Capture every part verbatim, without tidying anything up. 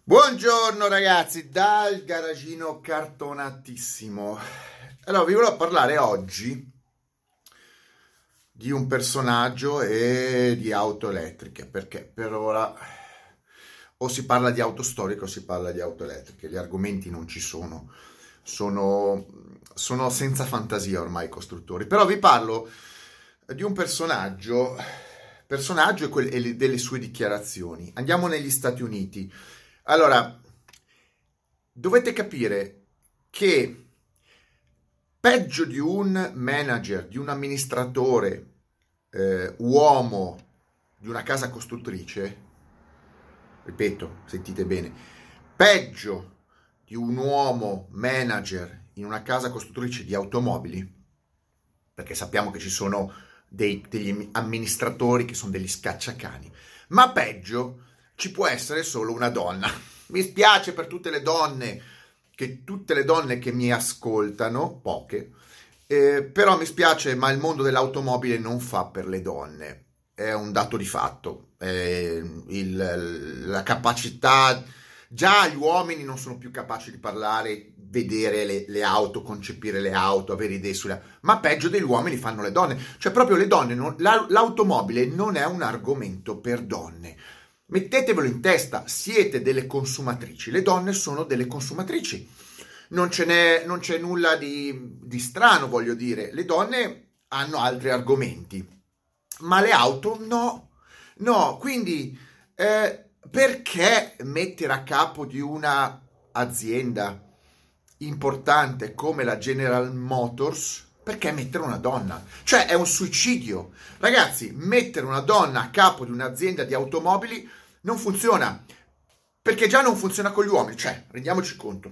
Buongiorno ragazzi, dal garagino cartonatissimo. Allora, vi volevo parlare oggi di un personaggio e di auto elettriche, perché per ora o si parla di auto storiche o si parla di auto elettriche, gli argomenti non ci sono, sono, sono senza fantasia ormai i costruttori, però vi parlo di un personaggio, personaggio e, que- e delle sue dichiarazioni. Andiamo negli Stati Uniti. Allora, dovete capire che peggio di un manager, di un amministratore, eh, uomo di una casa costruttrice, ripeto, sentite bene, peggio di un uomo manager in una casa costruttrice di automobili, perché sappiamo che ci sono dei, degli amministratori che sono degli scacciacani, ma peggio ci può essere solo una donna. Mi spiace per tutte le donne, che tutte le donne che mi ascoltano, poche, eh, però mi spiace, ma il mondo dell'automobile non fa per le donne, è un dato di fatto. Eh, il, la capacità, già gli uomini non sono più capaci di parlare, vedere le, le auto, concepire le auto, avere idee sulle, ma peggio degli uomini fanno le donne, cioè proprio le donne, non, la, l'automobile non è un argomento per donne. Mettetevelo in testa, siete delle consumatrici, le donne sono delle consumatrici, non ce n'è, non c'è nulla di, di strano, voglio dire, le donne hanno altri argomenti, ma le auto no, no, quindi eh, perché mettere a capo di una azienda importante come la General Motors, perché mettere una donna? Cioè è un suicidio, ragazzi, mettere una donna a capo di un'azienda di automobili non funziona, perché già non funziona con gli uomini, cioè, rendiamoci conto,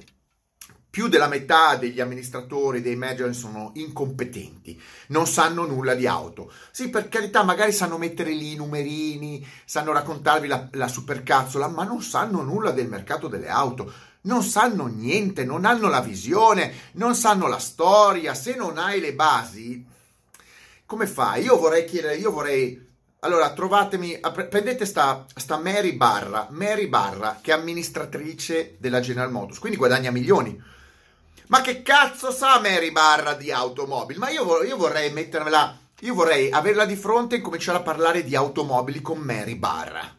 più della metà degli amministratori, dei manager sono incompetenti, non sanno nulla di auto. Sì, per carità, magari sanno mettere lì i numerini, sanno raccontarvi la, la supercazzola, ma non sanno nulla del mercato delle auto, non sanno niente, non hanno la visione, non sanno la storia. Se non hai le basi, come fai? Io vorrei chiedere, io vorrei... Allora, trovatemi, prendete sta, sta Mary Barra, Mary Barra, che è amministratrice della General Motors, quindi guadagna milioni. Ma che cazzo sa Mary Barra di automobili? Ma io, io vorrei mettermela, io vorrei averla di fronte e cominciare a parlare di automobili con Mary Barra.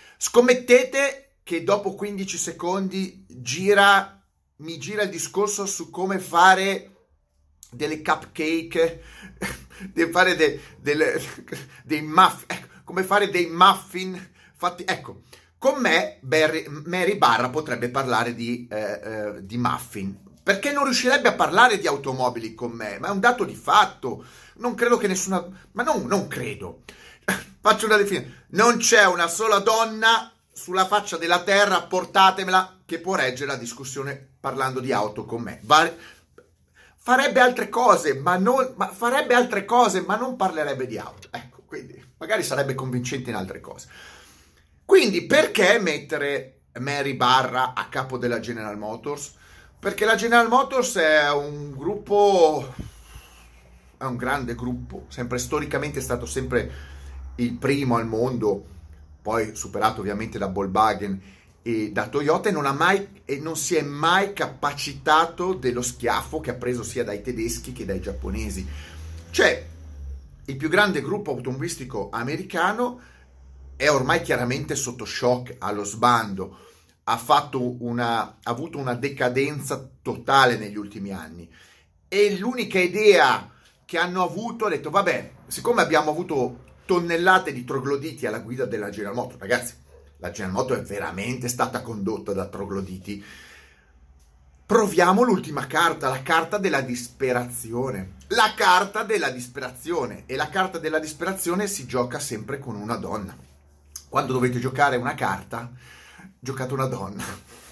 Scommettete che dopo quindici secondi gira, mi gira il discorso su come fare delle cupcake, di fare de, delle, dei muffin, ecco, come fare dei muffin fatti, ecco, con me Barry, Mary Barra potrebbe parlare di, eh, eh, di muffin, perché non riuscirebbe a parlare di automobili con me, ma è un dato di fatto, non credo che nessuna, ma non, non credo, faccio una definizione, non c'è una sola donna sulla faccia della terra, portatemela, che può reggere la discussione parlando di auto con me. Va, farebbe altre cose, ma non ma farebbe altre cose, ma non parlerebbe di auto. Ecco, quindi magari sarebbe convincente in altre cose. Quindi perché mettere Mary Barra a capo della General Motors? Perché la General Motors è un gruppo, è un grande gruppo, sempre storicamente è stato sempre il primo al mondo, poi superato ovviamente da Volkswagen e da Toyota, e non ha mai e non si è mai capacitato dello schiaffo che ha preso sia dai tedeschi che dai giapponesi. Cioè, il più grande gruppo automobilistico americano è ormai chiaramente sotto shock, allo sbando, ha fatto una ha avuto una decadenza totale negli ultimi anni, e l'unica idea che hanno avuto, ha detto vabbè, siccome abbiamo avuto tonnellate di trogloditi alla guida della General Motors, ragazzi, la General Motors è veramente stata condotta da trogloditi, proviamo l'ultima carta, la carta della disperazione. La carta della disperazione. E la carta della disperazione si gioca sempre con una donna. Quando dovete giocare una carta, giocate una donna.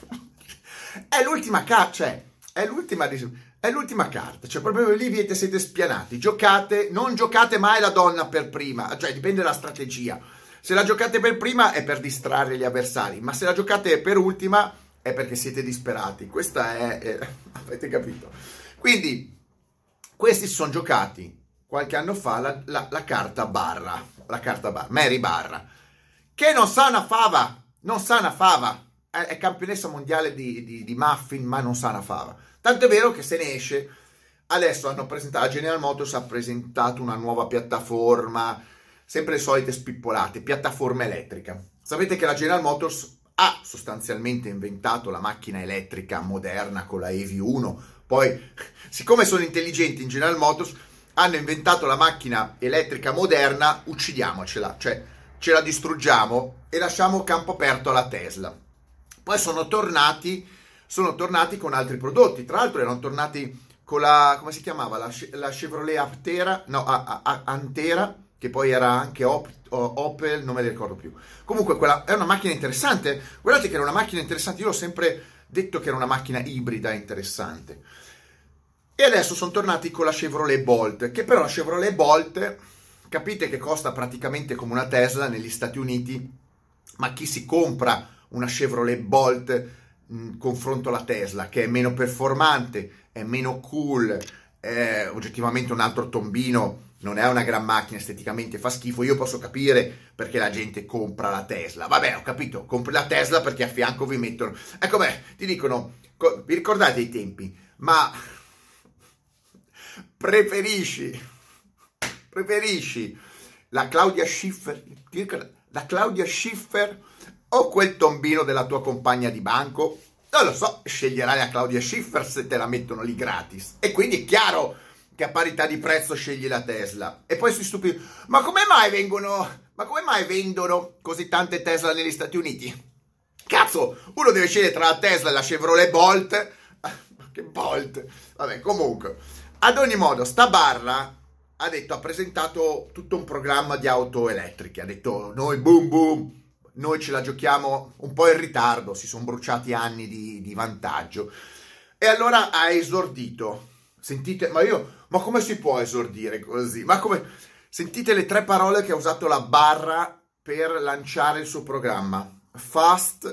È l'ultima carta, cioè, è l'ultima, è l'ultima carta. Cioè, proprio lì siete, siete spianati. Giocate, non giocate mai la donna per prima. Cioè, dipende dalla strategia. Se la giocate per prima è per distrarre gli avversari, ma se la giocate per ultima è perché siete disperati. Questa è... è avete capito? Quindi, questi si sono giocati qualche anno fa la, la, la carta barra, la carta barra, Mary Barra, che non sa una fava, non sa una fava. è, è campionessa mondiale di, di, di muffin, ma non sa una fava. Tanto è vero che se ne esce. Adesso hanno presentato, la General Motors ha presentato una nuova piattaforma, sempre le solite spippolate, piattaforma elettrica. Sapete che la General Motors ha sostanzialmente inventato la macchina elettrica moderna con la E V uno, poi siccome sono intelligenti in General Motors hanno inventato la macchina elettrica moderna, uccidiamocela, cioè ce la distruggiamo e lasciamo campo aperto alla Tesla. Poi sono tornati, sono tornati con altri prodotti, tra l'altro erano tornati con la, come si chiamava, la, la Chevrolet Aptera, no, a, a, Antera, che poi era anche Op, Opel, non me ne ricordo più. Comunque quella è una macchina interessante, guardate che era una macchina interessante, io ho sempre detto che era una macchina ibrida interessante. E adesso sono tornati con la Chevrolet Bolt, che però la Chevrolet Bolt, capite che costa praticamente come una Tesla negli Stati Uniti, ma chi si compra una Chevrolet Bolt in confronto alla Tesla, che è meno performante, è meno cool, è oggettivamente un altro tombino, non è una gran macchina, esteticamente fa schifo, io posso capire perché la gente compra la Tesla. Vabbè, ho capito, compri la Tesla perché a fianco vi mettono... Ecco, beh, ti dicono, vi ricordate i tempi? Ma preferisci, preferisci la Claudia Schiffer, la Claudia Schiffer o quel tombino della tua compagna di banco? Non lo so, sceglierai la Claudia Schiffer se te la mettono lì gratis. E quindi è chiaro che a parità di prezzo scegli la Tesla. E poi si stupiscono, ma come mai vengono, ma come mai vendono così tante Tesla negli Stati Uniti? Cazzo, uno deve scegliere tra la Tesla e la Chevrolet Bolt. Che Bolt? Vabbè, comunque. Ad ogni modo, sta Barra ha detto, ha presentato tutto un programma di auto elettriche. Ha detto, noi boom boom, noi ce la giochiamo un po' in ritardo, si sono bruciati anni di, di vantaggio. E allora ha esordito. Sentite, ma io, ma come si può esordire così? Ma come? Sentite le tre parole che ha usato la Barra per lanciare il suo programma. Fast,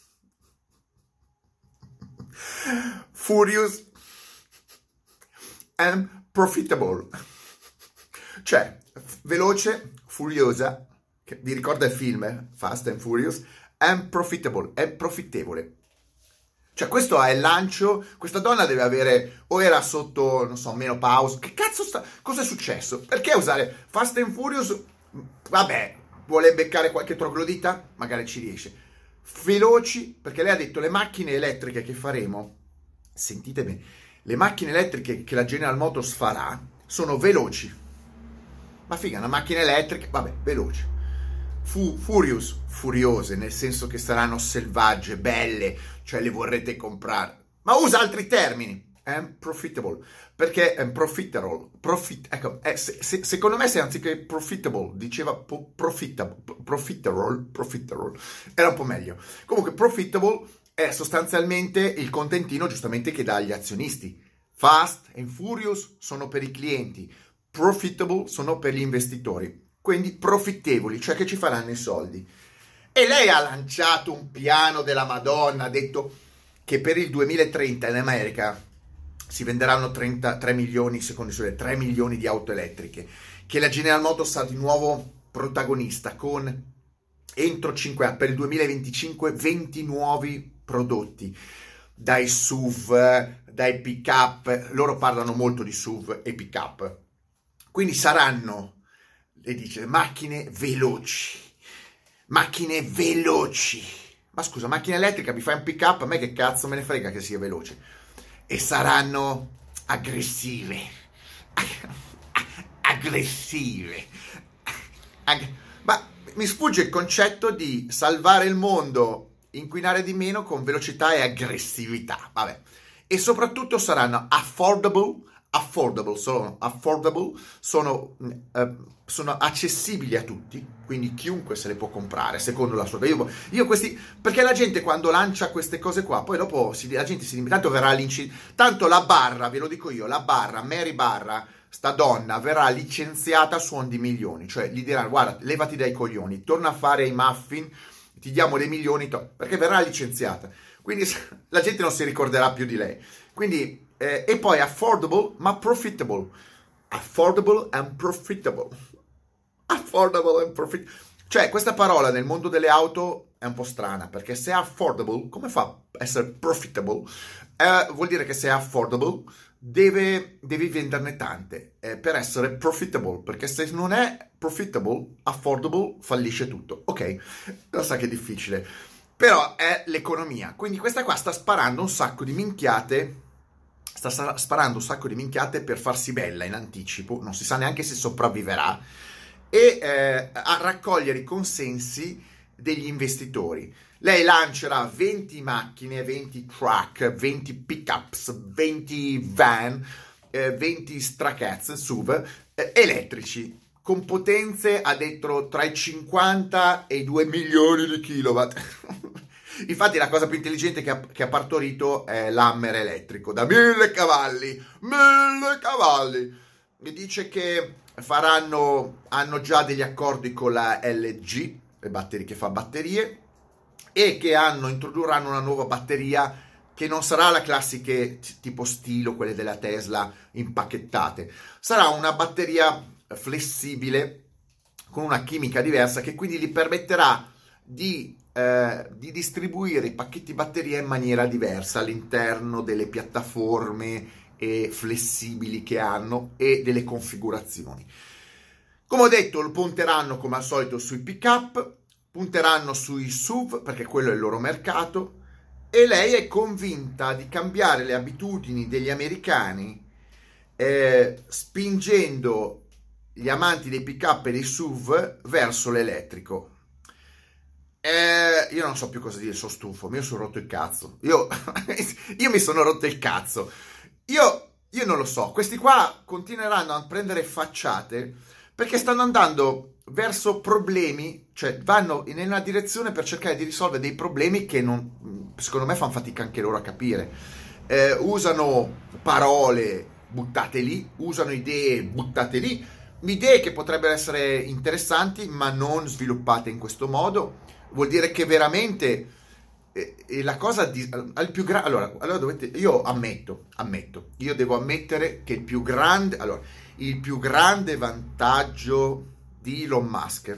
Furious and Profitable. Cioè, veloce, furiosa, che vi ricorda il film, eh? Fast and Furious, and Profitable, è profittevole. Cioè, questo è il lancio, questa donna deve avere, o era sotto, non so, menopausa, che cazzo sta, cosa è successo? Perché usare Fast and Furious? Vabbè, vuole beccare qualche troglodita? Magari ci riesce. Veloci, perché lei ha detto, le macchine elettriche che faremo, sentite bene, le macchine elettriche che la General Motors farà sono veloci. Ma figa, una macchina elettrica, vabbè, veloci. Fu, furious, furiose, nel senso che saranno selvagge, belle, cioè le vorrete comprare. Ma usa altri termini. And profitable, perché è profitable, profit, ecco, è, se, se, secondo me se anziché profitable diceva po, profitable, profitable, profitable, era un po' meglio. Comunque profitable è sostanzialmente il contentino giustamente che dà agli azionisti. Fast and Furious sono per i clienti, profitable sono per gli investitori. Quindi profittevoli, cioè che ci faranno i soldi. E lei ha lanciato un piano della Madonna, ha detto che per il duemilatrenta in America si venderanno trentatré milioni, secondo i suoi, tre milioni di auto elettriche, che la General Motors sarà di nuovo protagonista con entro cinque anni, per il duemilaventicinque, venti nuovi prodotti, dai S U V, dai pick-up, loro parlano molto di S U V e pick-up, quindi saranno... E dice macchine veloci, macchine veloci. Ma scusa, macchina elettrica, mi fai un pick up? A me che cazzo me ne frega che sia veloce. E saranno aggressive. Aggressive. Ag- Ma mi sfugge il concetto di salvare il mondo, inquinare di meno con velocità e aggressività. Vabbè. E soprattutto saranno affordable. Affordable, sono, affordable sono, eh, sono accessibili a tutti, quindi chiunque se le può comprare secondo la sua. Io, io questi, perché la gente quando lancia queste cose qua, poi dopo si, la gente si dimentica, tanto verrà l'incidente, tanto la Barra, ve lo dico io, la Barra, Mary Barra, sta donna verrà licenziata a suon di milioni, cioè gli diranno guarda, levati dai coglioni, torna a fare i muffin, ti diamo dei milioni, to-", perché verrà licenziata, quindi la gente non si ricorderà più di lei, quindi. Eh, e poi affordable ma profitable, affordable and profitable, affordable and profitable, cioè questa parola nel mondo delle auto è un po' strana, perché se è affordable, come fa a essere profitable? Eh, vuol dire che se è affordable deve, devi venderne tante eh, per essere profitable, perché se non è profitable, affordable, fallisce tutto. Ok, lo sa che è difficile, però è l'economia. Quindi questa qua sta sparando un sacco di minchiate, sta sparando un sacco di minchiate per farsi bella in anticipo, non si sa neanche se sopravviverà, e eh, a raccogliere i consensi degli investitori. Lei lancerà venti macchine, venti truck, venti pickups, venti van, eh, venti stracazzi, S U V eh, elettrici con potenze, ha detto, tra i cinquanta e i due milioni di kilowatt. Infatti la cosa più intelligente che ha, che ha partorito è l'Hammer elettrico da mille cavalli, mille cavalli. Mi dice che faranno, hanno già degli accordi con la L G, le batterie, che fa batterie, e che hanno, introdurranno una nuova batteria che non sarà la classica tipo stilo, quelle della Tesla impacchettate, sarà una batteria flessibile con una chimica diversa che quindi gli permetterà di, eh, di distribuire i pacchetti batteria in maniera diversa all'interno delle piattaforme e flessibili che hanno e delle configurazioni. Come ho detto, lo punteranno come al solito sui pick-up, punteranno sui S U V perché quello è il loro mercato, e lei è convinta di cambiare le abitudini degli americani eh, spingendo gli amanti dei pick-up e dei S U V verso l'elettrico. Eh, io non so più cosa dire, sono stufo, io sono rotto il cazzo, io, io mi sono rotto il cazzo, io, io non lo so, questi qua continueranno a prendere facciate perché stanno andando verso problemi, cioè vanno in una direzione per cercare di risolvere dei problemi che non, secondo me fanno fatica anche loro a capire. Eh, usano parole, buttate lì, usano idee, buttate lì, idee che potrebbero essere interessanti ma non sviluppate in questo modo. Vuol dire che veramente eh, la cosa di, al più grande, allora, allora dovete, io ammetto, ammetto, io devo ammettere che il più grande, allora, il più grande vantaggio di Elon Musk,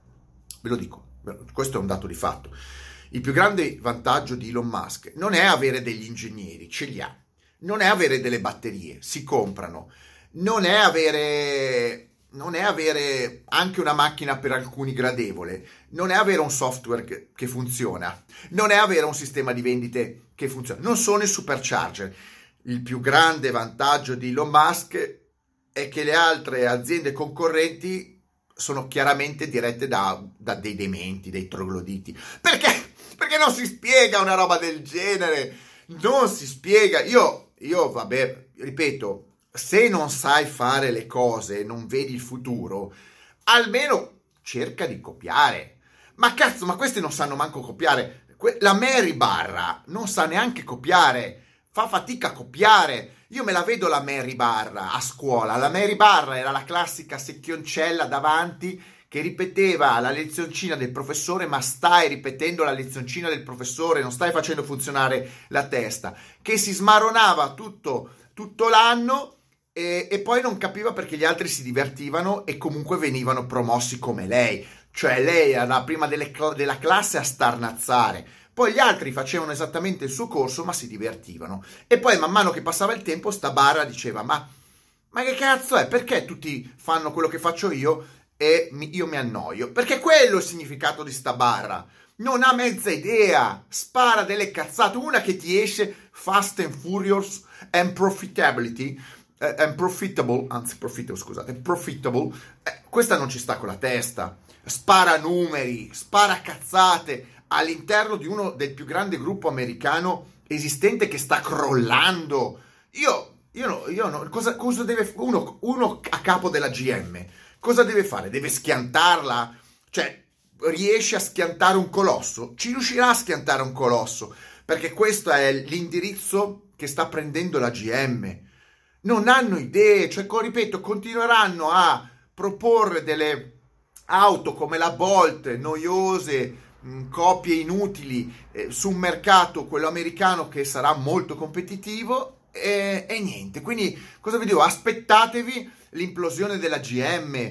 ve lo dico, questo è un dato di fatto, il più grande vantaggio di Elon Musk non è avere degli ingegneri, ce li ha, non è avere delle batterie, si comprano, non è avere, non è avere anche una macchina per alcuni gradevole, non è avere un software che, che funziona, non è avere un sistema di vendite che funziona, non sono i supercharger. Il più grande vantaggio di Elon Musk è che le altre aziende concorrenti sono chiaramente dirette da, da dei dementi, dei trogloditi. Perché? Perché non si spiega una roba del genere, non si spiega. Io, io vabbè, ripeto, se non sai fare le cose, non vedi il futuro, almeno cerca di copiare. Ma cazzo, ma questi non sanno manco copiare. La Mary Barra non sa neanche copiare, fa fatica a copiare. Io me la vedo la Mary Barra a scuola. La Mary Barra era la classica secchioncella davanti che ripeteva la lezioncina del professore, ma stai ripetendo la lezioncina del professore, non stai facendo funzionare la testa, che si smaronava tutto, tutto l'anno e, e poi non capiva perché gli altri si divertivano e comunque venivano promossi come lei. Cioè lei era la prima delle, della classe a starnazzare. Poi gli altri facevano esattamente il suo corso, ma si divertivano. E poi man mano che passava il tempo, sta Barra diceva, ma, ma che cazzo è? Perché tutti fanno quello che faccio io e mi, io mi annoio? Perché quello è il significato di sta Barra. Non ha mezza idea, spara delle cazzate. Una che ti esce Fast and Furious and Profitability, eh, and Profitable, anzi Profitable, scusate, Profitable, eh, questa non ci sta con la testa. Spara numeri, spara cazzate all'interno di uno del più grande gruppo americano esistente che sta crollando. Io, io no, io no, cosa, cosa deve uno, uno a capo della G M? Cosa deve fare? Deve schiantarla? Cioè, riesce a schiantare un colosso? Ci riuscirà a schiantare un colosso? Perché questo è l'indirizzo che sta prendendo la G M. Non hanno idee, cioè, ripeto, continueranno a proporre delle auto come la Bolt, noiose, mh, copie inutili, eh, su un mercato, quello americano, che sarà molto competitivo, e, e niente. Quindi cosa vi dico? Aspettatevi l'implosione della G M,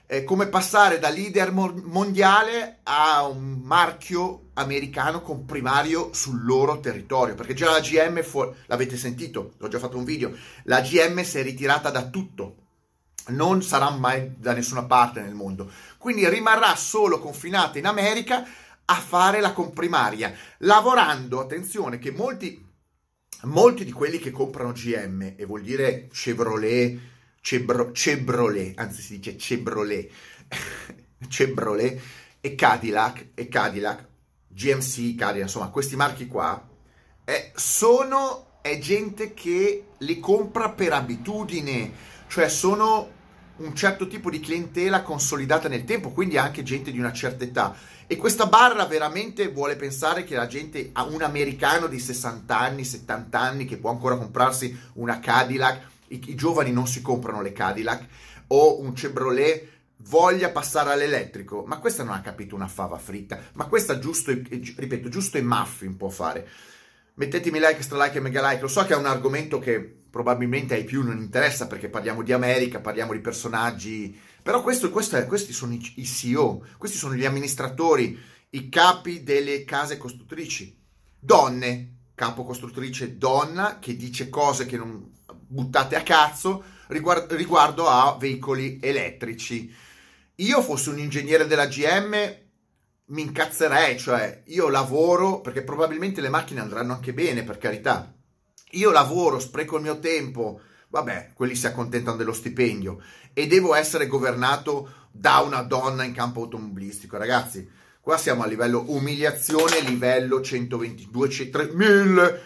È come passare da leader mo- mondiale a un marchio americano comprimario sul loro territorio, perché già la G M, fu- l'avete sentito, ho già fatto un video, la G M si è ritirata da tutto, non sarà mai da nessuna parte nel mondo, quindi rimarrà solo confinata in America a fare la comprimaria, lavorando, attenzione, che molti, molti di quelli che comprano G M, e vuol dire Chevrolet, Chebro, Chevrolet, anzi si dice Chevrolet, Chevrolet e Cadillac, e Cadillac, G M C, Cadillac, insomma questi marchi qua, eh, sono, è gente che li compra per abitudine, cioè sono un certo tipo di clientela consolidata nel tempo, quindi anche gente di una certa età. E questa barra veramente vuole pensare che la gente, a un americano di sessanta anni, settanta anni, che può ancora comprarsi una Cadillac, i, i giovani non si comprano le Cadillac, o un Chevrolet, voglia passare all'elettrico. Ma questa non ha capito una fava fritta, ma questa giusto, e, ripeto, giusto e muffin può fare. Mettetemi like, extra like e mega like. Lo so che è un argomento che probabilmente ai più non interessa, perché parliamo di America, parliamo di personaggi, però questo, questo è, questi sono i, i C E O, questi sono gli amministratori, i capi delle case costruttrici, donne, capo costruttrice donna che dice cose che non buttate a cazzo riguardo, riguardo a veicoli elettrici. Io fossi un ingegnere della G M mi incazzerei, cioè io lavoro, perché probabilmente le macchine andranno anche bene, per carità, io lavoro, spreco il mio tempo, vabbè, quelli si accontentano dello stipendio, e devo essere governato da una donna in campo automobilistico. Ragazzi, qua siamo a livello umiliazione, livello centoventidue, tre, mille,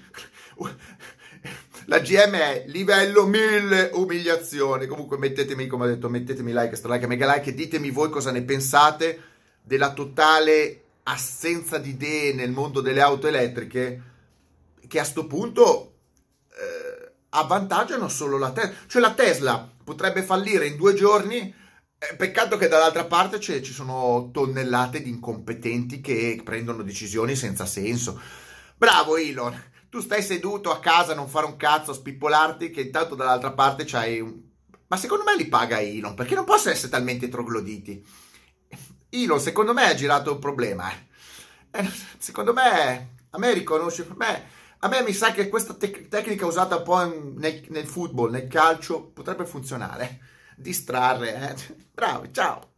la G M è livello mille umiliazione. Comunque mettetemi, come ho detto, mettetemi like, stra like, mega like, e ditemi voi cosa ne pensate della totale assenza di idee nel mondo delle auto elettriche, che a sto punto eh, avvantaggiano solo la Tesla. Cioè la Tesla potrebbe fallire in due giorni, eh, peccato che dall'altra parte ci sono tonnellate di incompetenti che prendono decisioni senza senso. Bravo Elon, tu stai seduto a casa a non fare un cazzo, a spippolarti, che intanto dall'altra parte c'hai un... Ma secondo me li paga Elon, perché non possono essere talmente trogloditi. Elon secondo me ha girato un problema, eh. Eh, secondo me a me riconosce, beh, a me mi sa che questa tec- tecnica usata un po' in, nel, nel football, nel calcio, potrebbe funzionare, distrarre, eh. Bravo, ciao.